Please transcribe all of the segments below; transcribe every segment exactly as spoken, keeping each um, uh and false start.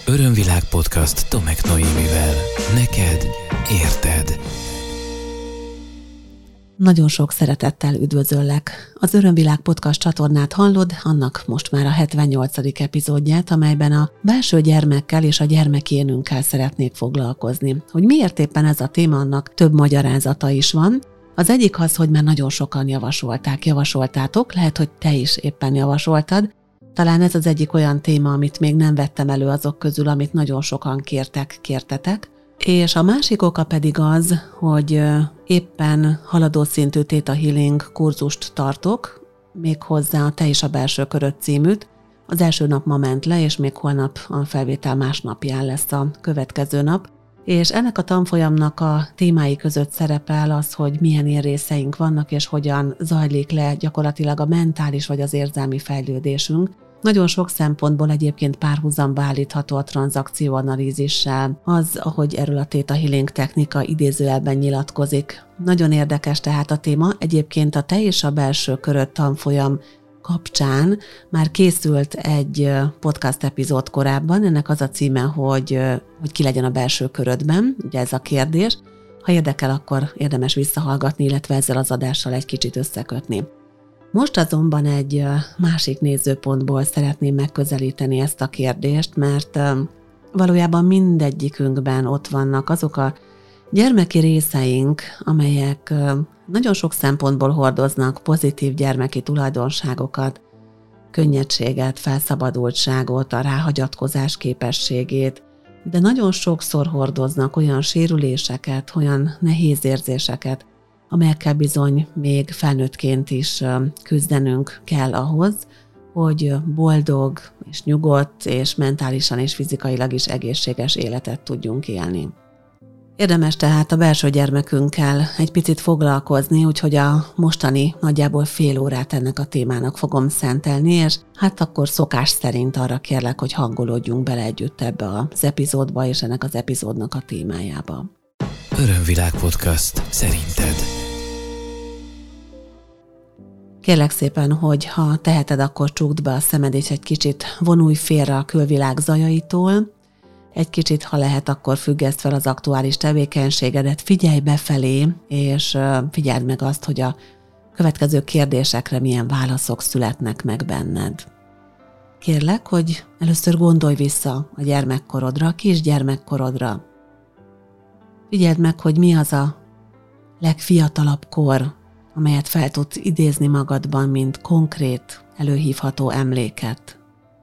Örömvilág podcast Tomek Noémivel. Neked érted. Nagyon sok szeretettel üdvözöllek. Az Örömvilág podcast csatornát hallod, annak most már a hetvennyolcadik epizódját, amelyben a belső gyermekkel és a gyermekénünkkel szeretnék foglalkozni. Hogy miért éppen ez a téma, annak több magyarázata is van. Az egyik az, hogy már nagyon sokan javasolták, javasoltátok, lehet, hogy te is éppen javasoltad. Talán ez az egyik olyan téma, amit még nem vettem elő azok közül, amit nagyon sokan kértek, kértetek. És a másik oka pedig az, hogy éppen haladó szintű Theta Healing kurzust tartok, méghozzá a Te is a belső köröd címűt. Az első nap ma ment le, és még holnap a felvétel másnapján lesz a következő nap. És ennek a tanfolyamnak a témái között szerepel az, hogy milyen érrészeink vannak, és hogyan zajlik le gyakorlatilag a mentális vagy az érzelmi fejlődésünk. Nagyon sok szempontból egyébként párhuzamba állítható a tranzakcióanalízissel, az, ahogy erről a Theta Healing technika idézőjelben nyilatkozik. Nagyon érdekes tehát a téma, egyébként a Te és a belső köröd tanfolyam kapcsán már készült egy podcast epizód korábban, ennek az a címe, hogy, hogy ki legyen a belső körödben, ugye ez a kérdés. Ha érdekel, akkor érdemes visszahallgatni, illetve ezzel az adással egy kicsit összekötni. Most azonban egy másik nézőpontból szeretném megközelíteni ezt a kérdést, mert valójában mindegyikünkben ott vannak azok a gyermeki részeink, amelyek nagyon sok szempontból hordoznak pozitív gyermeki tulajdonságokat, könnyedséget, felszabadultságot, a ráhagyatkozás képességét, de nagyon sokszor hordoznak olyan sérüléseket, olyan nehéz érzéseket, amelyekkel bizony még felnőttként is küzdenünk kell ahhoz, hogy boldog és nyugodt és mentálisan és fizikailag is egészséges életet tudjunk élni. Érdemes tehát a belső gyermekünkkel egy picit foglalkozni, úgyhogy a mostani nagyjából fél órát ennek a témának fogom szentelni, és hát akkor szokás szerint arra kérlek, hogy hangolódjunk bele együtt ebbe az epizódba és ennek az epizódnak a témájába. Örömvilág podcast szerinted. Kérlek szépen, hogy ha teheted, akkor csukd be a szemed, és egy kicsit vonulj félre a külvilág zajaitól. Egy kicsit, ha lehet, akkor függeszt fel az aktuális tevékenységedet, figyelj befelé, és figyeld meg azt, hogy a következő kérdésekre milyen válaszok születnek meg benned. Kérlek, hogy először gondolj vissza a gyermekkorodra, a kisgyermekkorodra. Figyeld meg, hogy mi az a legfiatalabb kor, amelyet fel tudsz idézni magadban, mint konkrét, előhívható emléket.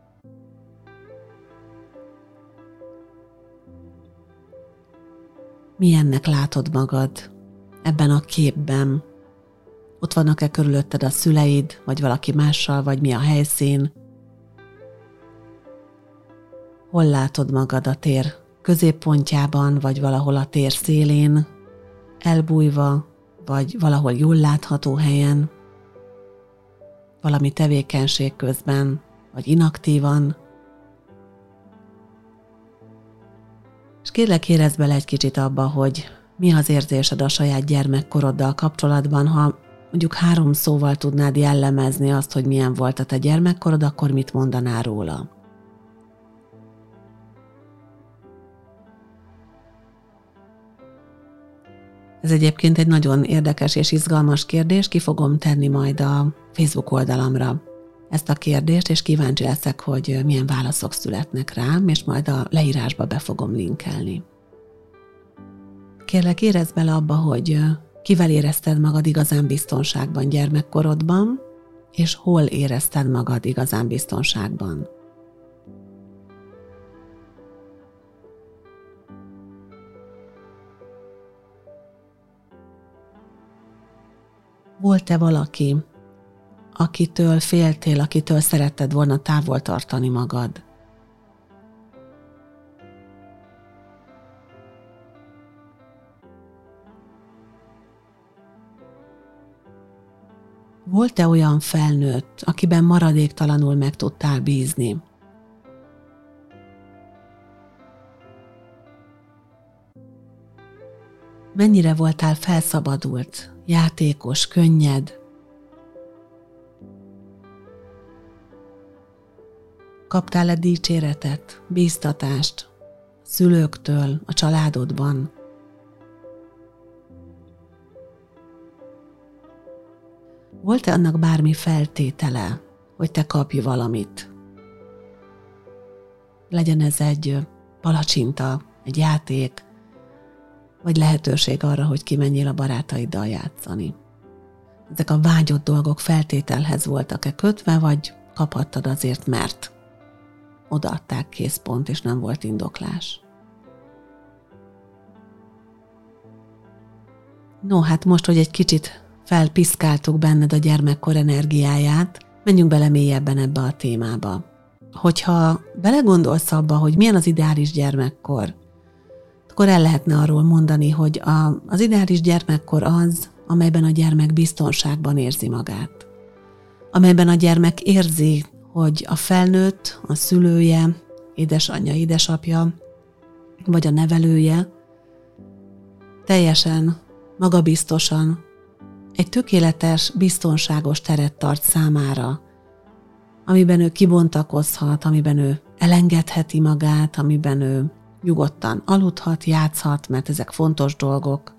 Milyennek látod magad ebben a képben? Ott vannak-e körülötted a szüleid, vagy valaki mással, vagy mi a helyszín? Hol látod magad a tér középpontjában, vagy valahol a tér szélén, elbújva, vagy valahol jól látható helyen, valami tevékenység közben, vagy inaktívan. És kérlek, érezd bele egy kicsit abba, hogy mi az érzésed a saját gyermekkoroddal kapcsolatban. Ha mondjuk három szóval tudnád jellemezni azt, hogy milyen volt a te gyermekkorod, akkor mit mondanál róla? Ez egyébként egy nagyon érdekes és izgalmas kérdés, ki fogom tenni majd a Facebook oldalamra ezt a kérdést, és kíváncsi leszek, hogy milyen válaszok születnek rám, és majd a leírásba be fogom linkelni. Kérlek, érezd bele abba, hogy kivel érezted magad igazán biztonságban gyermekkorodban, és hol érezted magad igazán biztonságban. Volt-e valaki, akitől féltél, akitől szeretted volna távol tartani magad? Volt-e olyan felnőtt, akiben maradéktalanul meg tudtál bízni? Mennyire voltál felszabadult, játékos, könnyed? Kaptál-e dicséretet, bíztatást a szülőktől, a családodban? Volt-e annak bármi feltétele, hogy te kapj valamit? Legyen ez egy palacsinta, egy játék, vagy lehetőség arra, hogy kimenjél a barátaiddal játszani. Ezek a vágyott dolgok feltételhez voltak-e kötve, vagy kaphattad azért, mert odaadták, készpont, és nem volt indoklás? No, hát most, hogy egy kicsit felpiszkáltuk benned a gyermekkor energiáját, menjünk bele mélyebben ebbe a témába. Hogyha belegondolsz abba, hogy milyen az ideális gyermekkor, akkor el lehetne arról mondani, hogy a, az ideális gyermekkor az, amelyben a gyermek biztonságban érzi magát. Amelyben a gyermek érzi, hogy a felnőtt, a szülője, édesanyja, édesapja, vagy a nevelője teljesen, magabiztosan egy tökéletes, biztonságos teret tart számára, amiben ő kibontakozhat, amiben ő elengedheti magát, amiben ő nyugodtan aludhat, játszhat, mert ezek fontos dolgok.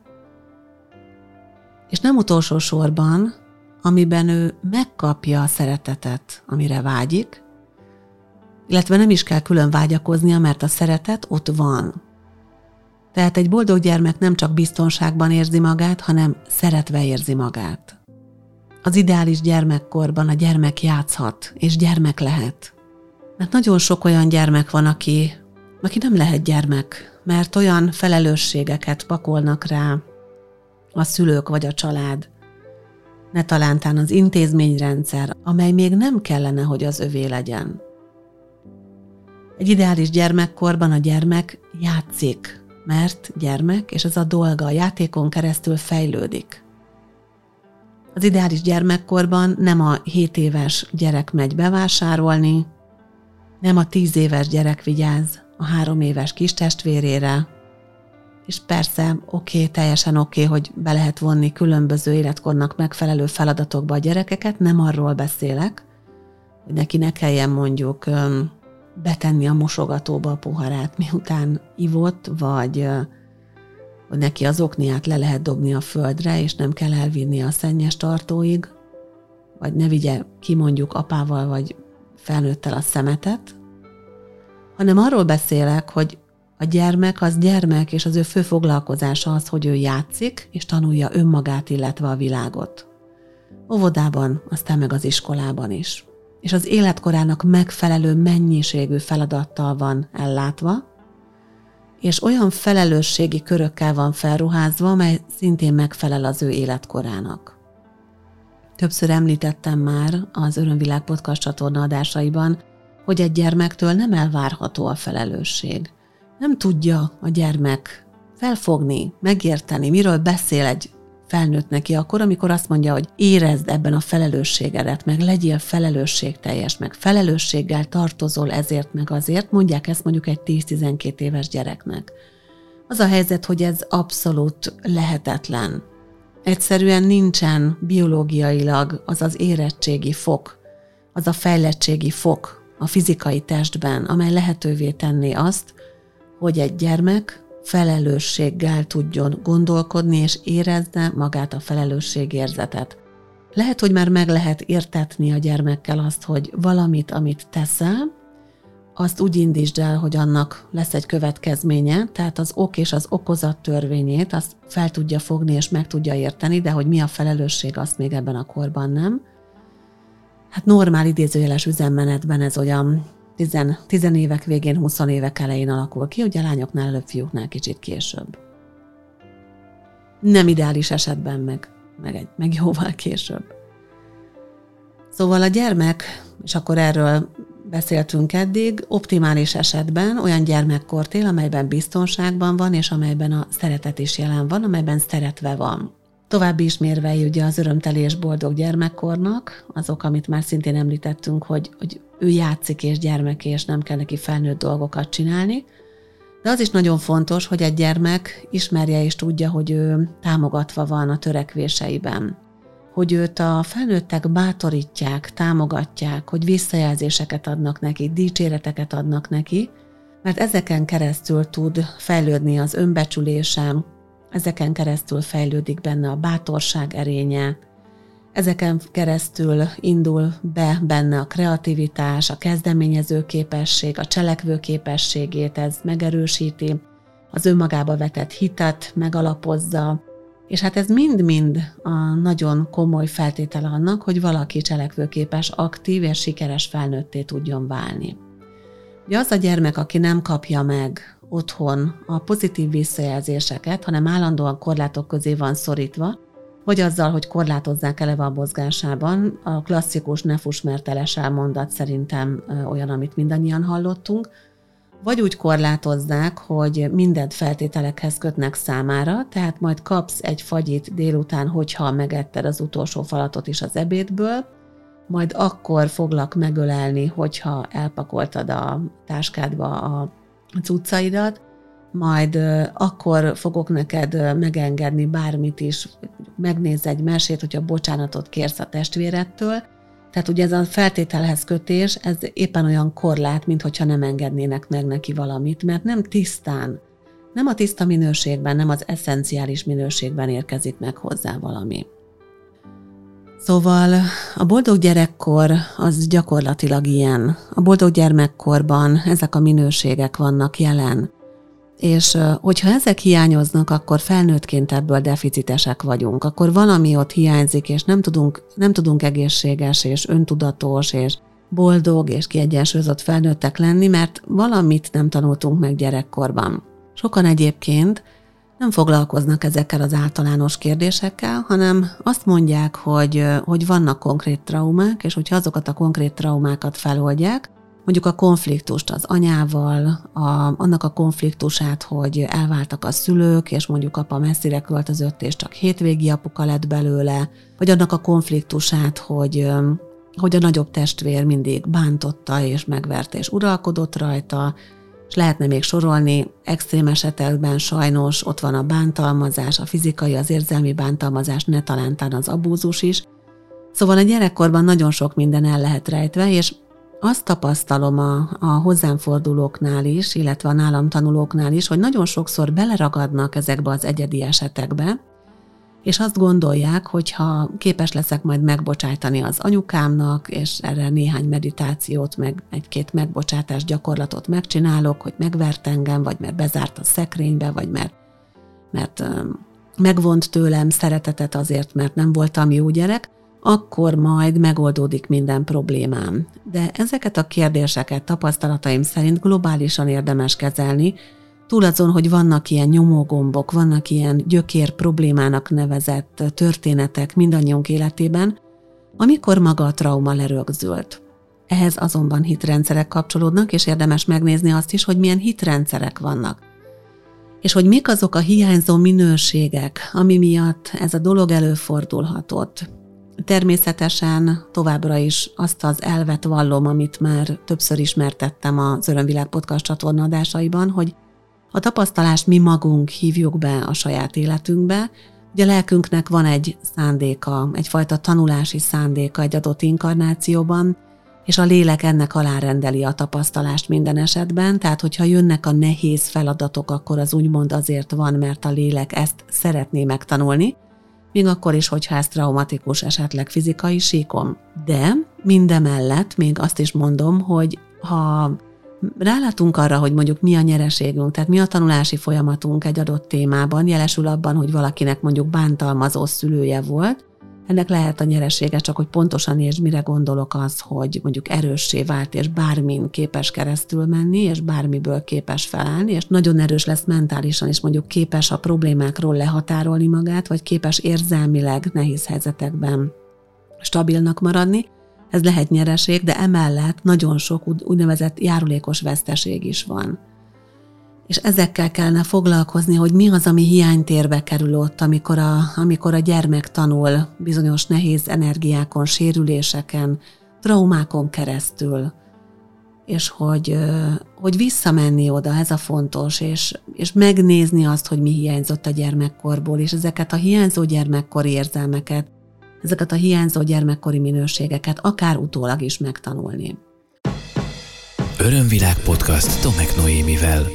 És nem utolsó sorban, amiben ő megkapja a szeretetet, amire vágyik, illetve nem is kell külön vágyakoznia, mert a szeretet ott van. Tehát egy boldog gyermek nem csak biztonságban érzi magát, hanem szeretve érzi magát. Az ideális gyermekkorban a gyermek játszhat, és gyermek lehet. Mert nagyon sok olyan gyermek van, aki, aki nem lehet gyermek, mert olyan felelősségeket pakolnak rá a szülők vagy a család, ne talántán az intézményrendszer, amely még nem kellene, hogy az övé legyen. Egy ideális gyermekkorban a gyermek játszik, mert gyermek, és ez a dolga, a játékon keresztül fejlődik. Az ideális gyermekkorban nem a hét éves gyerek megy bevásárolni, nem a tíz éves gyerek vigyáz a három éves kistestvérére, és persze oké, okay, teljesen oké, okay, hogy be lehet vonni különböző életkornak megfelelő feladatokba a gyerekeket, nem arról beszélek, hogy neki ne kelljen mondjuk betenni a mosogatóba a poharát, miután ivott, vagy hogy neki az okniát le lehet dobni a földre, és nem kell elvinni a szennyes tartóig, vagy ne vigye ki mondjuk apával, vagy felnőttel a szemetet, hanem arról beszélek, hogy a gyermek az gyermek, és az ő fő foglalkozása az, hogy ő játszik, és tanulja önmagát, illetve a világot. Óvodában, aztán meg az iskolában is. És az életkorának megfelelő mennyiségű feladattal van ellátva, és olyan felelősségi körökkel van felruházva, mely szintén megfelel az ő életkorának. Többször említettem már az Örömvilág podcast csatorna adásaiban, hogy egy gyermektől nem elvárható a felelősség. Nem tudja a gyermek felfogni, megérteni, miről beszél egy felnőtt neki akkor, amikor azt mondja, hogy érezd ebben a felelősségedet, meg legyél felelősségteljes, meg felelősséggel tartozol ezért, meg azért, mondják ezt mondjuk egy tíz-tizenkét éves gyereknek. Az a helyzet, hogy ez abszolút lehetetlen. Egyszerűen nincsen biológiailag az az érettségi fok, az a fejlettségi fok a fizikai testben, amely lehetővé tenné azt, hogy egy gyermek felelősséggel tudjon gondolkodni, és érezze magát a felelősségérzetet. Lehet, hogy már meg lehet értetni a gyermekkel azt, hogy valamit, amit teszel, azt úgy indítsd el, hogy annak lesz egy következménye, tehát az ok és az okozat törvényét azt fel tudja fogni és meg tudja érteni, de hogy mi a felelősség, azt még ebben a korban nem. Hát normál idézőjeles üzemmenetben ez olyan tizenévek végén, húsz évek elején alakul ki, ugye lányoknál előbb, fiúknál kicsit később. Nem ideális esetben, meg, meg, egy, meg jóval később. Szóval a gyermek, és akkor erről beszéltünk eddig, optimális esetben olyan gyermekkort él, amelyben biztonságban van, és amelyben a szeretet is jelen van, amelyben szeretve van. További ismérvei ugye az örömteli és boldog gyermekkornak, azok, amit már szintén említettünk, hogy, hogy ő játszik és gyermek, és nem kell neki felnőtt dolgokat csinálni, de az is nagyon fontos, hogy egy gyermek ismerje és tudja, hogy ő támogatva van a törekvéseiben. hogy őt a felnőttek bátorítják, támogatják, hogy visszajelzéseket adnak neki, dicséreteket adnak neki, mert ezeken keresztül tud fejlődni az önbecsülése, ezeken keresztül fejlődik benne a bátorság erénye, ezeken keresztül indul be benne a kreativitás, a kezdeményező képesség, a cselekvő képességét, ez megerősíti, az önmagába vetett hitet megalapozza, és hát ez mind-mind a nagyon komoly feltétele annak, hogy valaki cselekvőképes, aktív és sikeres felnőtté tudjon válni. Ugye az a gyermek, aki nem kapja meg otthon a pozitív visszajelzéseket, hanem állandóan korlátok közé van szorítva, vagy azzal, hogy korlátozzák eleve a mozgásában, a klasszikus ne fuss, mert elesel mondat szerintem olyan, amit mindannyian hallottunk, vagy úgy korlátozzák, hogy mindent feltételekhez kötnek számára, tehát majd kapsz egy fagyit délután, hogyha megetted az utolsó falatot is az ebédből, majd akkor foglak megölelni, hogyha elpakoltad a táskádba a cuccaidat, majd akkor fogok neked megengedni bármit is, megnézz egy mesét, hogyha bocsánatot kérsz a testvérettől. Tehát ugye ez a feltételhez kötés, ez éppen olyan korlát, mint hogyha nem engednének meg neki valamit, mert nem tisztán, nem a tiszta minőségben, nem az eszenciális minőségben érkezik meg hozzá valami. Szóval a boldog gyerekkor az gyakorlatilag ilyen. A boldog gyermekkorban ezek a minőségek vannak jelen. És hogyha ezek hiányoznak, akkor felnőttként ebből deficitesek vagyunk. Akkor valami ott hiányzik, és nem tudunk, nem tudunk egészséges, és öntudatos, és boldog, és kiegyensúlyozott felnőttek lenni, mert valamit nem tanultunk meg gyerekkorban. Sokan egyébként nem foglalkoznak ezekkel az általános kérdésekkel, hanem azt mondják, hogy, hogy vannak konkrét traumák, és hogyha azokat a konkrét traumákat feloldják, mondjuk a konfliktust az anyával, a, annak a konfliktusát, hogy elváltak a szülők, és mondjuk apa messzire költözött, és csak hétvégi apuka lett belőle, vagy annak a konfliktusát, hogy, hogy a nagyobb testvér mindig bántotta, és megverte, és uralkodott rajta, és lehetne még sorolni, extrém esetekben sajnos ott van a bántalmazás, a fizikai, az érzelmi bántalmazás, ne talántán az abúzus is. Szóval a gyerekkorban nagyon sok minden el lehet rejtve, és azt tapasztalom a, a hozzám fordulóknál is, illetve a nálam tanulóknál is, hogy nagyon sokszor beleragadnak ezekbe az egyedi esetekbe, és azt gondolják, hogy ha képes leszek majd megbocsájtani az anyukámnak, és erre néhány meditációt, meg egy-két megbocsátás gyakorlatot megcsinálok, hogy megvert engem, vagy mert bezárt a szekrénybe, vagy mert, mert megvont tőlem szeretetet azért, mert nem voltam jó gyerek, akkor majd megoldódik minden problémám. De ezeket a kérdéseket tapasztalataim szerint globálisan érdemes kezelni, túl azon, hogy vannak ilyen nyomógombok, vannak ilyen gyökér problémának nevezett történetek mindannyiunk életében, amikor maga a trauma lerögzült. Ehhez azonban hitrendszerek kapcsolódnak, és érdemes megnézni azt is, hogy milyen hitrendszerek vannak. És hogy mik azok a hiányzó minőségek, ami miatt ez a dolog előfordulhatott. Természetesen továbbra is azt az elvet vallom, amit már többször ismertettem az Örömvilág podcast csatorna adásaiban, hogy a tapasztalást mi magunk hívjuk be a saját életünkbe. Ugye a lelkünknek van egy szándéka, egyfajta tanulási szándéka egy adott inkarnációban, és a lélek ennek alárendeli a tapasztalást minden esetben, tehát hogyha jönnek a nehéz feladatok, akkor az úgymond azért van, mert a lélek ezt szeretné megtanulni, még akkor is, hogyha ez traumatikus, esetleg fizikai síkon. De mindemellett még azt is mondom, hogy ha rálátunk arra, hogy mondjuk mi a nyereségünk, tehát mi a tanulási folyamatunk egy adott témában, jelesül abban, hogy valakinek mondjuk bántalmazó szülője volt, ennek lehet a nyeresége, csak hogy pontosan értsd, mire gondolok az, hogy mondjuk erőssé vált, és bármin képes keresztül menni, és bármiből képes felállni, és nagyon erős lesz mentálisan is, mondjuk képes a problémákról lehatárolni magát, vagy képes érzelmileg nehéz helyzetekben stabilnak maradni. Ez lehet nyereség, de emellett nagyon sok úgynevezett járulékos veszteség is van. És ezekkel kellene foglalkozni, hogy mi az, ami hiánytérbe kerül ott, amikor a, amikor a gyermek tanul bizonyos nehéz energiákon, sérüléseken, traumákon keresztül, és hogy, hogy visszamenni oda, ez a fontos, és, és megnézni azt, hogy mi hiányzott a gyermekkorból, és ezeket a hiányzó gyermekkori érzelmeket ezeket a hiányzó gyermekkori minőségeket akár utólag is megtanulni. Örömvilág podcast Tomek Noémivel.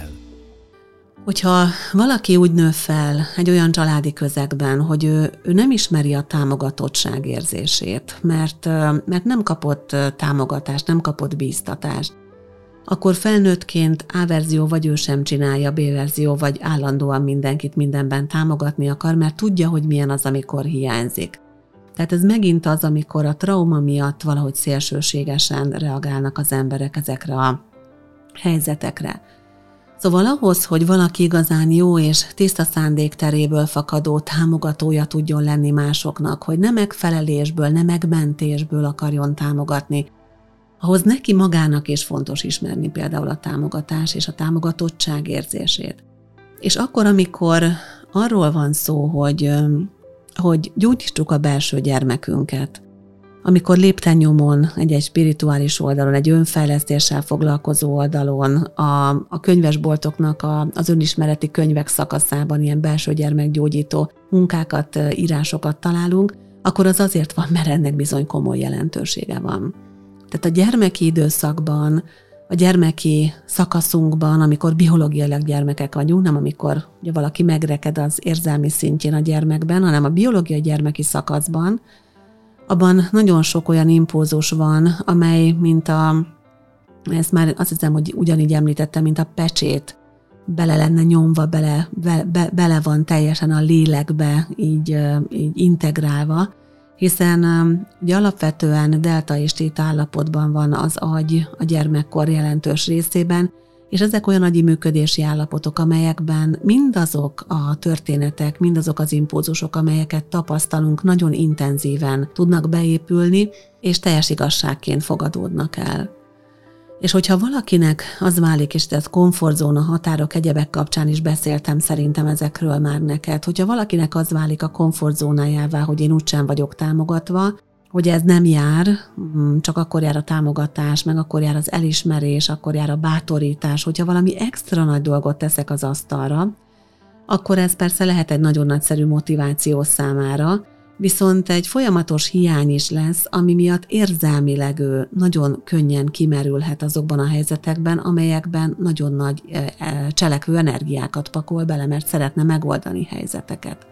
Hogyha valaki úgy nő fel egy olyan családi közegben, hogy ő, ő nem ismeri a támogatottság érzését, mert, mert nem kapott támogatást, nem kapott bíztatást, akkor felnőttként A verzió vagy ő sem csinálja, B verzió vagy állandóan mindenkit mindenben támogatni akar, mert tudja, hogy milyen az, amikor hiányzik. Tehát ez megint az, amikor a trauma miatt valahogy szélsőségesen reagálnak az emberek ezekre a helyzetekre. Szóval ahhoz, hogy valaki igazán jó és tiszta szándék teréből fakadó támogatója tudjon lenni másoknak, hogy nem megfelelésből, nem megmentésből akarjon támogatni, ahhoz neki magának is fontos ismerni például a támogatás és a támogatottság érzését. És akkor, amikor arról van szó, hogy, hogy gyógyítsuk a belső gyermekünket, amikor lépten-nyomon egy-egy spirituális oldalon, egy önfejlesztéssel foglalkozó oldalon, a, a könyvesboltoknak a, az önismereti könyvek szakaszában ilyen belső gyermekgyógyító munkákat, írásokat találunk, akkor az azért van, mert ennek bizony komoly jelentősége van. Tehát a gyermeki időszakban, a gyermeki szakaszunkban, amikor biológiailag gyermekek vagyunk, nem amikor ugye valaki megreked az érzelmi szintjén a gyermekben, hanem a biológiai gyermeki szakaszban, abban nagyon sok olyan impulzus van, amely, mint a, ezt már azt hiszem, hogy ugyanígy említettem, mint a pecsét, bele lenne nyomva, bele, be, be, bele van teljesen a lélekbe így, így integrálva, hiszen ugye alapvetően delta és téta állapotban van az agy a gyermekkor jelentős részében, és ezek olyan agyi működési állapotok, amelyekben mindazok a történetek, mindazok az impulzusok, amelyeket tapasztalunk, nagyon intenzíven tudnak beépülni, és teljes igazságként fogadódnak el. És hogyha valakinek az válik, és ez komfortzóna, határok, egyebek kapcsán is beszéltem szerintem ezekről már neked, hogyha valakinek az válik a komfortzónájává, hogy én úgysem vagyok támogatva, hogy ez nem jár, csak akkor jár a támogatás, meg akkor jár az elismerés, akkor jár a bátorítás, hogyha valami extra nagy dolgot teszek az asztalra, akkor ez persze lehet egy nagyon nagyszerű motiváció számára, viszont egy folyamatos hiány is lesz, ami miatt érzelmileg ő nagyon könnyen kimerülhet azokban a helyzetekben, amelyekben nagyon nagy cselekvő energiákat pakol bele, mert szeretne megoldani helyzeteket.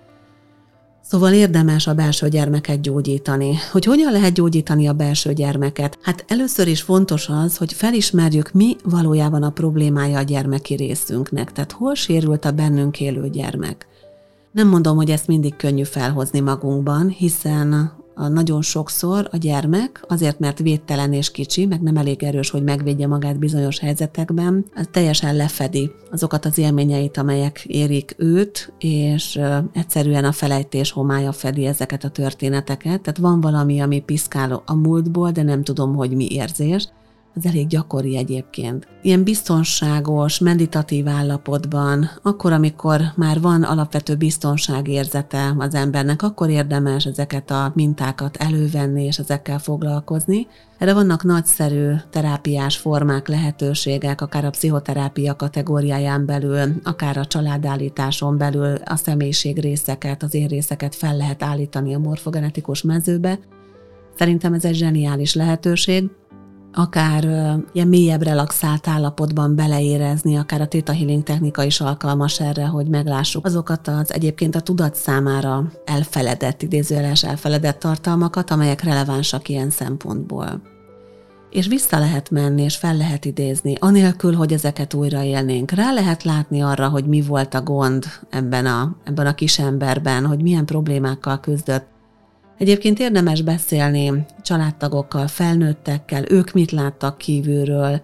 Szóval érdemes a belső gyermeket gyógyítani. Hogy hogyan lehet gyógyítani a belső gyermeket? Hát először is fontos az, hogy felismerjük, mi valójában a problémája a gyermeki részünknek, tehát hol sérült a bennünk élő gyermek. Nem mondom, hogy ezt mindig könnyű felhozni magunkban, hiszen nagyon sokszor a gyermek azért, mert védtelen és kicsi, meg nem elég erős, hogy megvédje magát bizonyos helyzetekben, az teljesen lefedi azokat az élményeit, amelyek érik őt, és egyszerűen a felejtés homálya fedi ezeket a történeteket. Tehát van valami, ami piszkál a múltból, de nem tudom, hogy mi érzés. Az elég gyakori egyébként. Ilyen biztonságos, meditatív állapotban, akkor, amikor már van alapvető biztonságérzete az embernek, akkor érdemes ezeket a mintákat elővenni és ezekkel foglalkozni. Erre vannak nagyszerű terápiás formák, lehetőségek, akár a pszichoterápia kategóriáján belül, akár a családállításon belül a személyiségrészeket, az én részeket fel lehet állítani a morfogenetikus mezőbe. Szerintem ez egy zseniális lehetőség. Akár uh, ilyen mélyebb relaxált állapotban beleérezni, akár a Theta Healing technika is alkalmas erre, hogy meglássuk azokat az egyébként a tudat számára elfeledett, idézőjeles elfeledett tartalmakat, amelyek relevánsak ilyen szempontból. És vissza lehet menni, és fel lehet idézni, anélkül, hogy ezeket újraélnénk. Rá lehet látni arra, hogy mi volt a gond ebben a, ebben a kis emberben, hogy milyen problémákkal küzdött. Egyébként érdemes beszélni családtagokkal, felnőttekkel, ők mit láttak kívülről.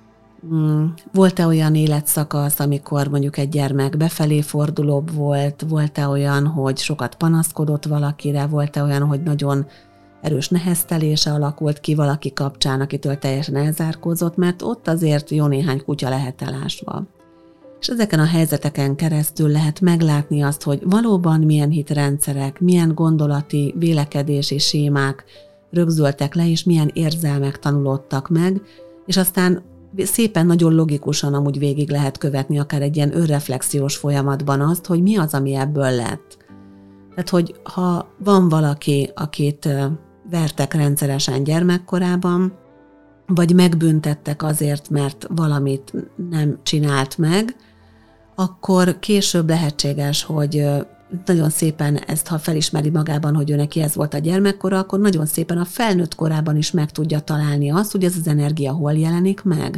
Volt-e olyan életszakasz, amikor mondjuk egy gyermek befelé fordulóbb volt, volt-e olyan, hogy sokat panaszkodott valakire, volt-e olyan, hogy nagyon erős neheztelése alakult ki valaki kapcsán, akitől teljesen elzárkózott, mert ott azért jó néhány kutya lehet elásva. És ezeken a helyzeteken keresztül lehet meglátni azt, hogy valóban milyen hitrendszerek, milyen gondolati, vélekedési sémák rögzültek le, és milyen érzelmek tanulódtak meg, és aztán szépen, nagyon logikusan amúgy végig lehet követni akár egy ilyen önreflexiós folyamatban azt, hogy mi az, ami ebből lett. Tehát, hogy ha van valaki, akit vertek rendszeresen gyermekkorában, vagy megbüntettek azért, mert valamit nem csinált meg, akkor később lehetséges, hogy nagyon szépen ezt, ha felismeri magában, hogy ő neki ez volt a gyermekkora, akkor nagyon szépen a felnőtt korában is meg tudja találni azt, hogy ez az energia hol jelenik meg.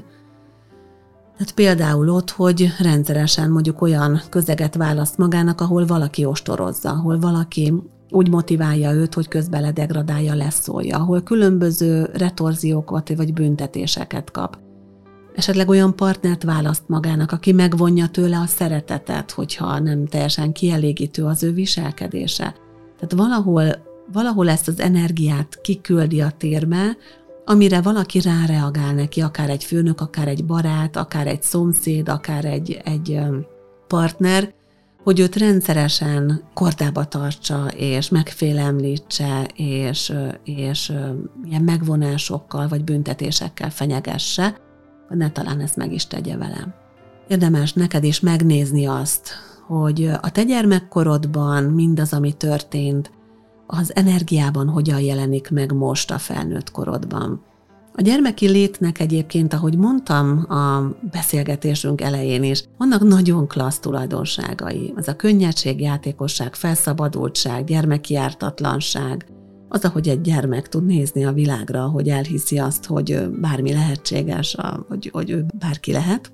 Tehát például ott, hogy rendszeresen mondjuk olyan közeget választ magának, ahol valaki ostorozza, ahol valaki úgy motiválja őt, hogy közben ledegradálja, leszólja, ahol különböző retorziókat vagy büntetéseket kap. Esetleg olyan partnert választ magának, aki megvonja tőle a szeretetet, hogyha nem teljesen kielégítő az ő viselkedése. Tehát valahol, valahol ezt az energiát kiküldi a térbe, amire valaki ráreagál neki, akár egy főnök, akár egy barát, akár egy szomszéd, akár egy, egy partner, hogy őt rendszeresen kordába tartsa, és megfélemlítse, és, és ilyen megvonásokkal vagy büntetésekkel fenyegesse, hogy ne talán ezt meg is tegye velem. Érdemes neked is megnézni azt, hogy a te gyermekkorodban mindaz, ami történt, az energiában hogyan jelenik meg most a felnőtt korodban. A gyermeki létnek egyébként, ahogy mondtam a beszélgetésünk elején is, vannak nagyon klassz tulajdonságai. Az a könnyedség, játékosság, felszabadultság, gyermeki ártatlanság, az, ahogy egy gyermek tud nézni a világra, hogy elhiszi azt, hogy bármi lehetséges, hogy, hogy ő bárki lehet.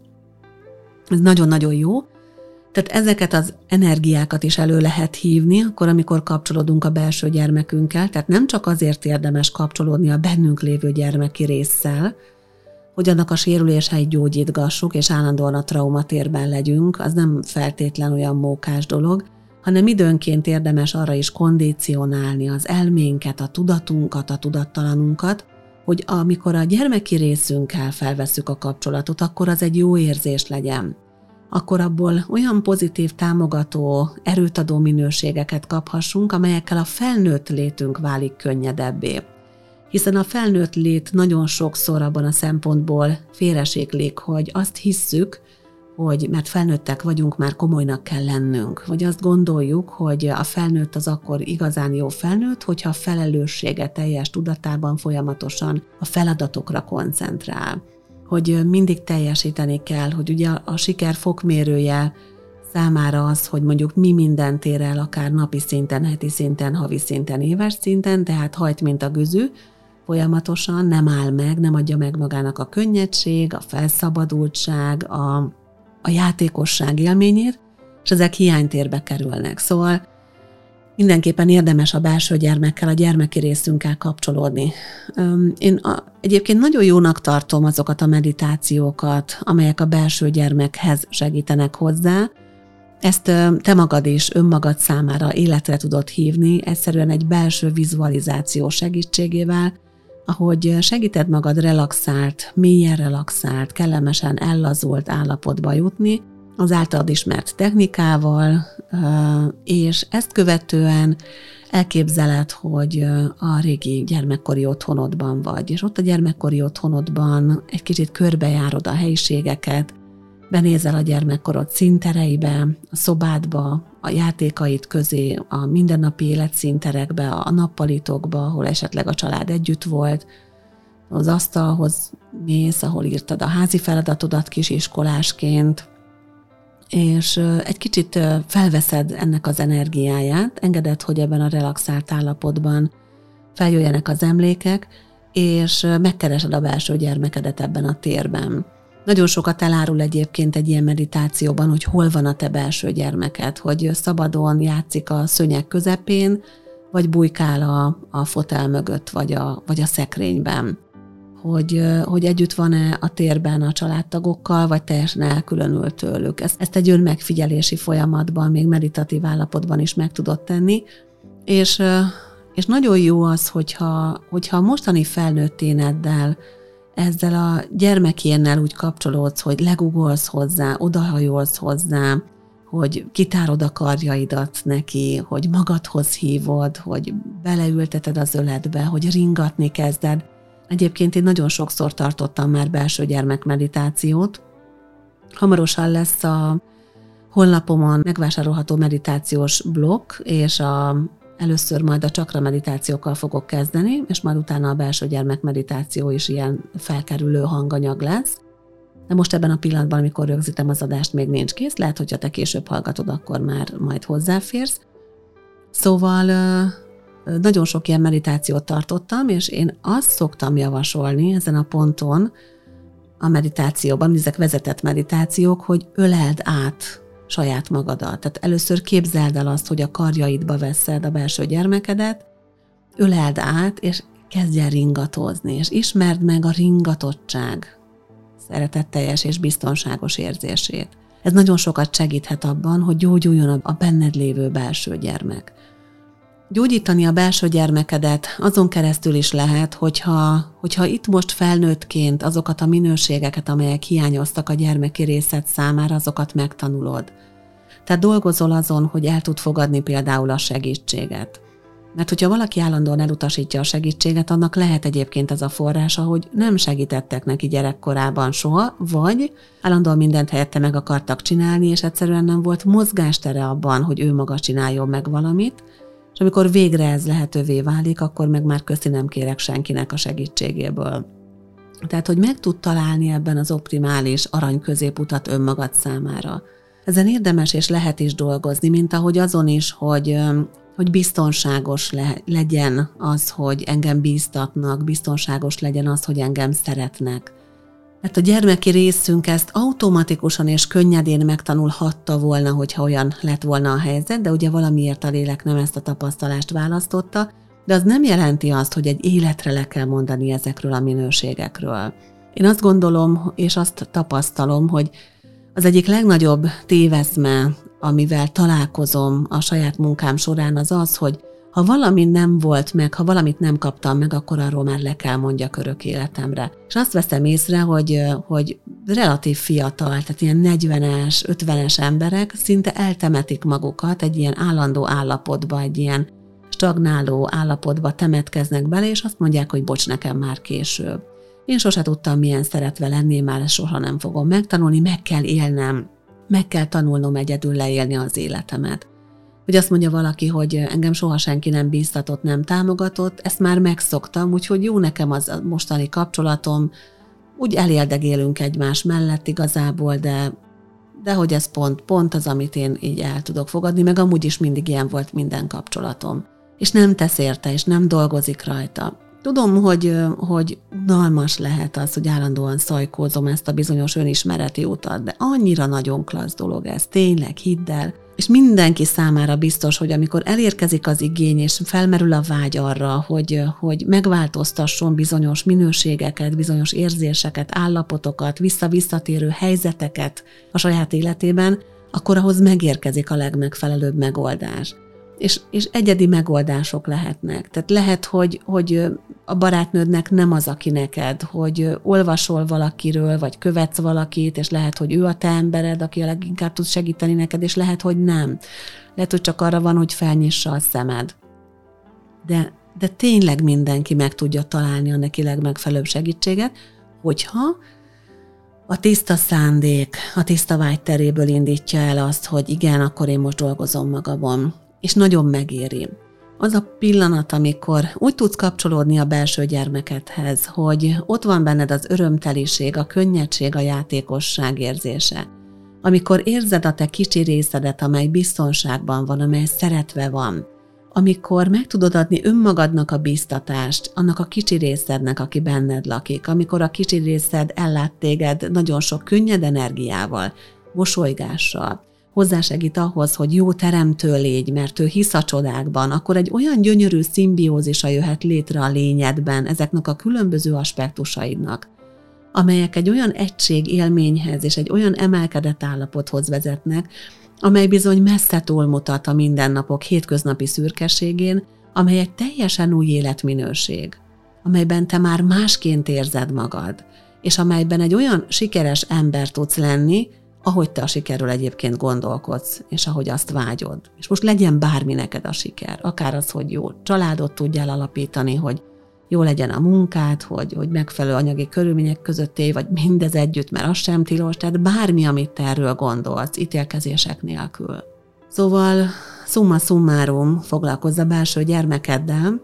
Ez nagyon-nagyon jó. Tehát ezeket az energiákat is elő lehet hívni, akkor, amikor kapcsolódunk a belső gyermekünkkel, tehát nem csak azért érdemes kapcsolódni a bennünk lévő gyermeki résszel, hogy annak a sérüléseit gyógyítgassuk, és állandóan a traumatérben legyünk, az nem feltétlen olyan mókás dolog, hanem időnként érdemes arra is kondicionálni az elménket, a tudatunkat, a tudattalanunkat, hogy amikor a gyermeki részünkkel felvesszük a kapcsolatot, akkor az egy jó érzés legyen. Akkor abból olyan pozitív, támogató, erőtadó minőségeket kaphassunk, amelyekkel a felnőtt létünk válik könnyedebbé. Hiszen a felnőtt lét nagyon sokszor abban a szempontból félresiklik, hogy azt hisszük, hogy mert felnőttek vagyunk, már komolynak kell lennünk. Vagy azt gondoljuk, hogy a felnőtt az akkor igazán jó felnőtt, hogyha a felelőssége teljes tudatában folyamatosan a feladatokra koncentrál. Hogy mindig teljesíteni kell, hogy ugye a siker fokmérője számára az, hogy mondjuk mi mindent ér el, akár napi szinten, heti szinten, havi szinten, éves szinten, tehát hajt, mint a güzű, folyamatosan nem áll meg, nem adja meg magának a könnyedség, a felszabadultság, a, a játékosság élményét, és ezek hiánytérbe kerülnek. Szóval mindenképpen érdemes a belső gyermekkel, a gyermeki részünkkel kapcsolódni. Én a, egyébként nagyon jónak tartom azokat a meditációkat, amelyek a belső gyermekhez segítenek hozzá. Ezt te magad is önmagad számára életre tudod hívni, egyszerűen egy belső vizualizáció segítségével, ahogy segíted magad relaxált, mélyen relaxált, kellemesen ellazult állapotba jutni, az általad ismert technikával, és ezt követően elképzeled, hogy a régi gyermekkori otthonodban vagy, és ott a gyermekkori otthonodban egy kicsit körbejárod a helyiségeket, benézel a gyermekkorod színtereibe, a szobádba, a játékaid közé, a mindennapi életszínterekbe, a nappalitokba, ahol esetleg a család együtt volt, az asztalhoz mész, ahol írtad a házi feladatodat kisiskolásként, és egy kicsit felveszed ennek az energiáját, engeded, hogy ebben a relaxált állapotban feljöjjenek az emlékek, és megkeresed a belső gyermekedet ebben a térben. Nagyon sokat elárul egyébként egy ilyen meditációban, hogy hol van a te belső gyermeked, hogy szabadon játszik a szőnyeg közepén, vagy bujkál a, a fotel mögött, vagy a, vagy a szekrényben. Hogy, hogy együtt van-e a térben a családtagokkal, vagy teljesen elkülönül tőlük. Ezt, ezt egy önmegfigyelési folyamatban, még meditatív állapotban is meg tudod tenni, és, és nagyon jó az, hogyha, hogyha a mostani felnőtt éneddel, ezzel a gyermekénnel úgy kapcsolódsz, hogy legugolsz hozzá, odahajolsz hozzá, hogy kitárod a karjaidat neki, hogy magadhoz hívod, hogy beleülteted az öletbe, hogy ringatni kezded. Egyébként én nagyon sokszor tartottam már belső gyermek meditációt. Hamarosan lesz a honlapomon megvásárolható meditációs blokk, és a, először majd a csakra meditációkkal fogok kezdeni, és majd utána a belső gyermek meditáció is ilyen felkerülő hanganyag lesz. De most ebben a pillanatban, amikor rögzítem az adást, még nincs kész, lehet, hogyha te később hallgatod, akkor már majd hozzáférsz. Szóval nagyon sok ilyen meditációt tartottam, és én azt szoktam javasolni ezen a ponton a meditációban, ezek vezetett meditációk, hogy öleld át saját magadat. Tehát először képzeld el azt, hogy a karjaidba veszed a belső gyermekedet, öleld át, és kezdj el ringatozni, és ismerd meg a ringatottság szeretetteljes és biztonságos érzését. Ez nagyon sokat segíthet abban, hogy gyógyuljon a benned lévő belső gyermek. Gyógyítani a belső gyermekedet azon keresztül is lehet, hogyha, hogyha itt most felnőttként azokat a minőségeket, amelyek hiányoztak a gyermeki részed számára, azokat megtanulod. Tehát dolgozol azon, hogy el tud fogadni például a segítséget. Mert hogyha valaki állandóan elutasítja a segítséget, annak lehet egyébként az a forrása, hogy nem segítettek neki gyerekkorában soha, vagy állandóan mindent helyette meg akartak csinálni, és egyszerűen nem volt mozgástere abban, hogy ő maga csináljon meg valamit, és amikor végre ez lehetővé válik, akkor meg már köszi nem kérek senkinek a segítségéből. Tehát, hogy meg tud találni ebben az optimális arany középutat önmagad számára. Ezen érdemes és lehet is dolgozni, mint ahogy azon is, hogy, hogy biztonságos le, legyen az, hogy engem bíztatnak, biztonságos legyen az, hogy engem szeretnek. Mert a gyermeki részünk ezt automatikusan és könnyedén megtanulhatta volna, hogyha olyan lett volna a helyzet, de ugye valamiért a lélek nem ezt a tapasztalást választotta, de az nem jelenti azt, hogy egy életre le kell mondani ezekről a minőségekről. Én azt gondolom, és azt tapasztalom, hogy az egyik legnagyobb tévezme, amivel találkozom a saját munkám során, az az, hogy ha valami nem volt meg, ha valamit nem kaptam meg, akkor arról már le kell mondjak örök életemre. És azt veszem észre, hogy, hogy relatív fiatal, tehát ilyen negyvenes, ötvenes emberek szinte eltemetik magukat egy ilyen állandó állapotba, egy ilyen stagnáló állapotba temetkeznek bele, és azt mondják, hogy bocs, nekem már később. Én sose tudtam milyen szeretve lenni, már ezt soha nem fogom megtanulni, meg kell élnem, meg kell tanulnom egyedül leélni az életemet. Hogy azt mondja valaki, hogy engem soha senki nem bíztatott, nem támogatott, ezt már megszoktam, úgyhogy jó nekem az a mostani kapcsolatom, úgy eléldegélünk egymás mellett igazából, de, de hogy ez pont, pont az, amit én így el tudok fogadni, meg amúgy is mindig ilyen volt minden kapcsolatom. És nem tesz érte, és nem dolgozik rajta. Tudom, hogy, hogy unalmas lehet az, hogy állandóan szajkózom ezt a bizonyos önismereti utat, de annyira nagyon klassz dolog ez, tényleg, hidd el. És mindenki számára biztos, hogy amikor elérkezik az igény, és felmerül a vágy arra, hogy, hogy megváltoztasson bizonyos minőségeket, bizonyos érzéseket, állapotokat, vissza-visszatérő helyzeteket a saját életében, akkor ahhoz megérkezik a legmegfelelőbb megoldás. És, és egyedi megoldások lehetnek. Tehát lehet, hogy, hogy a barátnődnek nem az, aki neked, hogy olvasol valakiről, vagy követsz valakit, és lehet, hogy ő a te embered, aki a leginkább tud segíteni neked, és lehet, hogy nem. Lehet, hogy csak arra van, hogy felnyissa a szemed. De, de tényleg mindenki meg tudja találni a neki legmegfelelőbb segítséget, hogyha a tiszta szándék, a tiszta vágy teréből indítja el azt, hogy igen, akkor én most dolgozom magamon. És nagyon megéri. Az a pillanat, amikor úgy tudsz kapcsolódni a belső gyermekedhez, hogy ott van benned az örömteliség, a könnyedség, a játékosság érzése. Amikor érzed a te kicsi részedet, amely biztonságban van, amely szeretve van. Amikor meg tudod adni önmagadnak a bíztatást, annak a kicsi részednek, aki benned lakik. Amikor a kicsi részed ellát téged nagyon sok könnyed energiával, mosolygással, hozzásegít ahhoz, hogy jó teremtő légy, mert ő hisz a csodákban, akkor egy olyan gyönyörű szimbiózisa jöhet létre a lényedben ezeknek a különböző aspektusaidnak, amelyek egy olyan egység élményhez és egy olyan emelkedett állapothoz vezetnek, amely bizony messze túlmutat a mindennapok hétköznapi szürkeségén, amely egy teljesen új életminőség, amelyben te már másként érzed magad, és amelyben egy olyan sikeres ember tudsz lenni, ahogy te a sikerről egyébként gondolkodsz, és ahogy azt vágyod. És most legyen bármi neked a siker, akár az, hogy jó családot tudjál alapítani, hogy jó legyen a munkád, hogy, hogy megfelelő anyagi körülmények között élj, vagy mindez együtt, mert az sem tilos, tehát bármi, amit te erről gondolsz, ítélkezések nélkül. Szóval summa summarum, foglalkozz a belső gyermekeddel,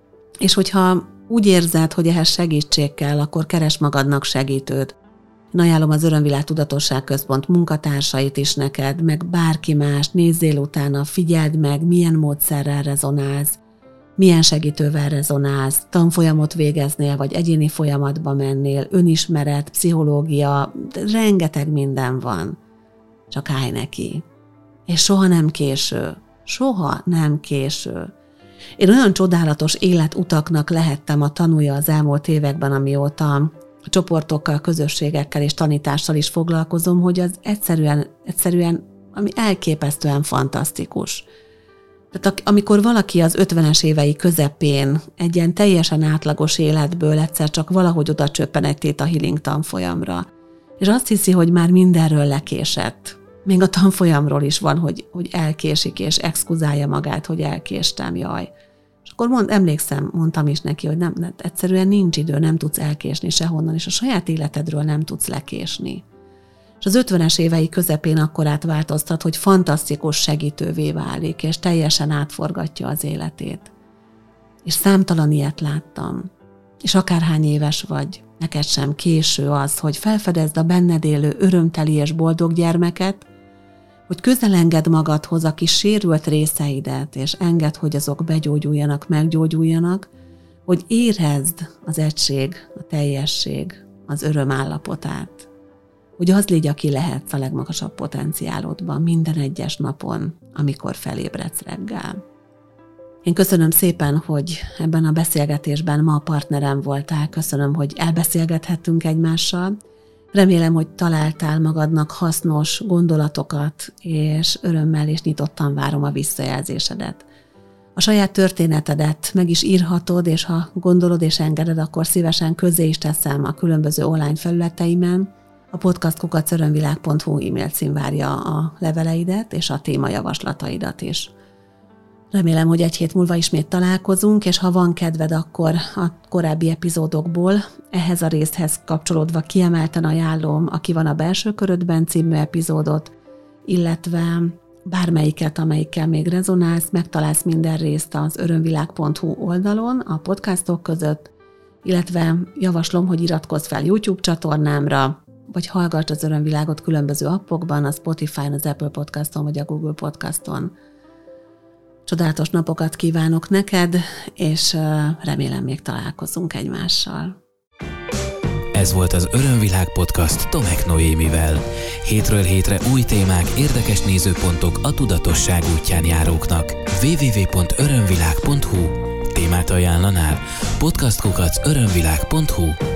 és hogyha úgy érzed, hogy ehhez segítség kell, akkor keres magadnak segítőt. Én ajánlom az Örömvilág Tudatosság Központ munkatársait is neked, meg bárki más, nézzél utána, figyeld meg, milyen módszerrel rezonálsz, milyen segítővel rezonálsz, tanfolyamot végeznél, vagy egyéni folyamatba mennél, önismeret, pszichológia, rengeteg minden van. Csak állj neki. És soha nem késő. Soha nem késő. Én olyan csodálatos életutaknak lehettem a tanúja az elmúlt években, amióta a csoportokkal, közösségekkel és tanítással is foglalkozom, hogy az egyszerűen, egyszerűen ami elképesztően fantasztikus. Tehát amikor valaki az ötvenes évei közepén egy ilyen teljesen átlagos életből egyszer csak valahogy oda csöppen egy Theta Healing tanfolyamra, és azt hiszi, hogy már mindenről lekésett. Még a tanfolyamról is van, hogy, hogy elkésik, és exkuzálja magát, hogy elkéstem, jaj. És akkor mond, emlékszem, mondtam is neki, hogy nem, nem, egyszerűen nincs idő, nem tudsz elkésni sehonnan, és a saját életedről nem tudsz lekésni. És az ötvenes évei közepén akkor átváltoztat, hogy fantasztikus segítővé válik, és teljesen átforgatja az életét. És számtalan ilyet láttam. És akárhány éves vagy, neked sem késő az, hogy felfedezd a benned élő örömteli és boldog gyermeket, hogy közelengedd magadhoz a kis sérült részeidet, és engedd, hogy azok begyógyuljanak, meggyógyuljanak, hogy érezd az egység, a teljesség, az öröm állapotát. Hogy az légy, aki lehetsz a legmagasabb potenciálodban minden egyes napon, amikor felébredsz reggel. Én köszönöm szépen, hogy ebben a beszélgetésben ma a partnerem voltál, köszönöm, hogy elbeszélgethettünk egymással. Remélem, hogy találtál magadnak hasznos gondolatokat, és örömmel és nyitottan várom a visszajelzésedet. A saját történetedet meg is írhatod, és ha gondolod és engeded, akkor szívesen közzé is teszem a különböző online felületeimen. A podcast kukac örömvilág pont hu e-mail cím várja a leveleidet és a témajavaslataidat is. Remélem, hogy egy hét múlva ismét találkozunk, és ha van kedved, akkor a korábbi epizódokból ehhez a részhez kapcsolódva kiemelten ajánlom a Ki van a belső körödben című epizódot, illetve bármelyiket, amelyikkel még rezonálsz, megtalálsz minden részt az örömvilág pont hu oldalon, a podcastok között, illetve javaslom, hogy iratkozz fel YouTube csatornámra, vagy hallgass az Örömvilágot különböző appokban, a Spotify-on, az Apple Podcaston, vagy a Google Podcaston. Csodálatos napokat kívánok neked, és remélem még találkozunk egymással. Ez volt az Örömvilág Podcast Tomek Noémivel. Hétről hétre új témák, érdekes nézőpontok a tudatosság útján járóknak. double-u double-u double-u pont örömvilág pont hu Témát ajánlanál? podcast kukac örömvilág pont hu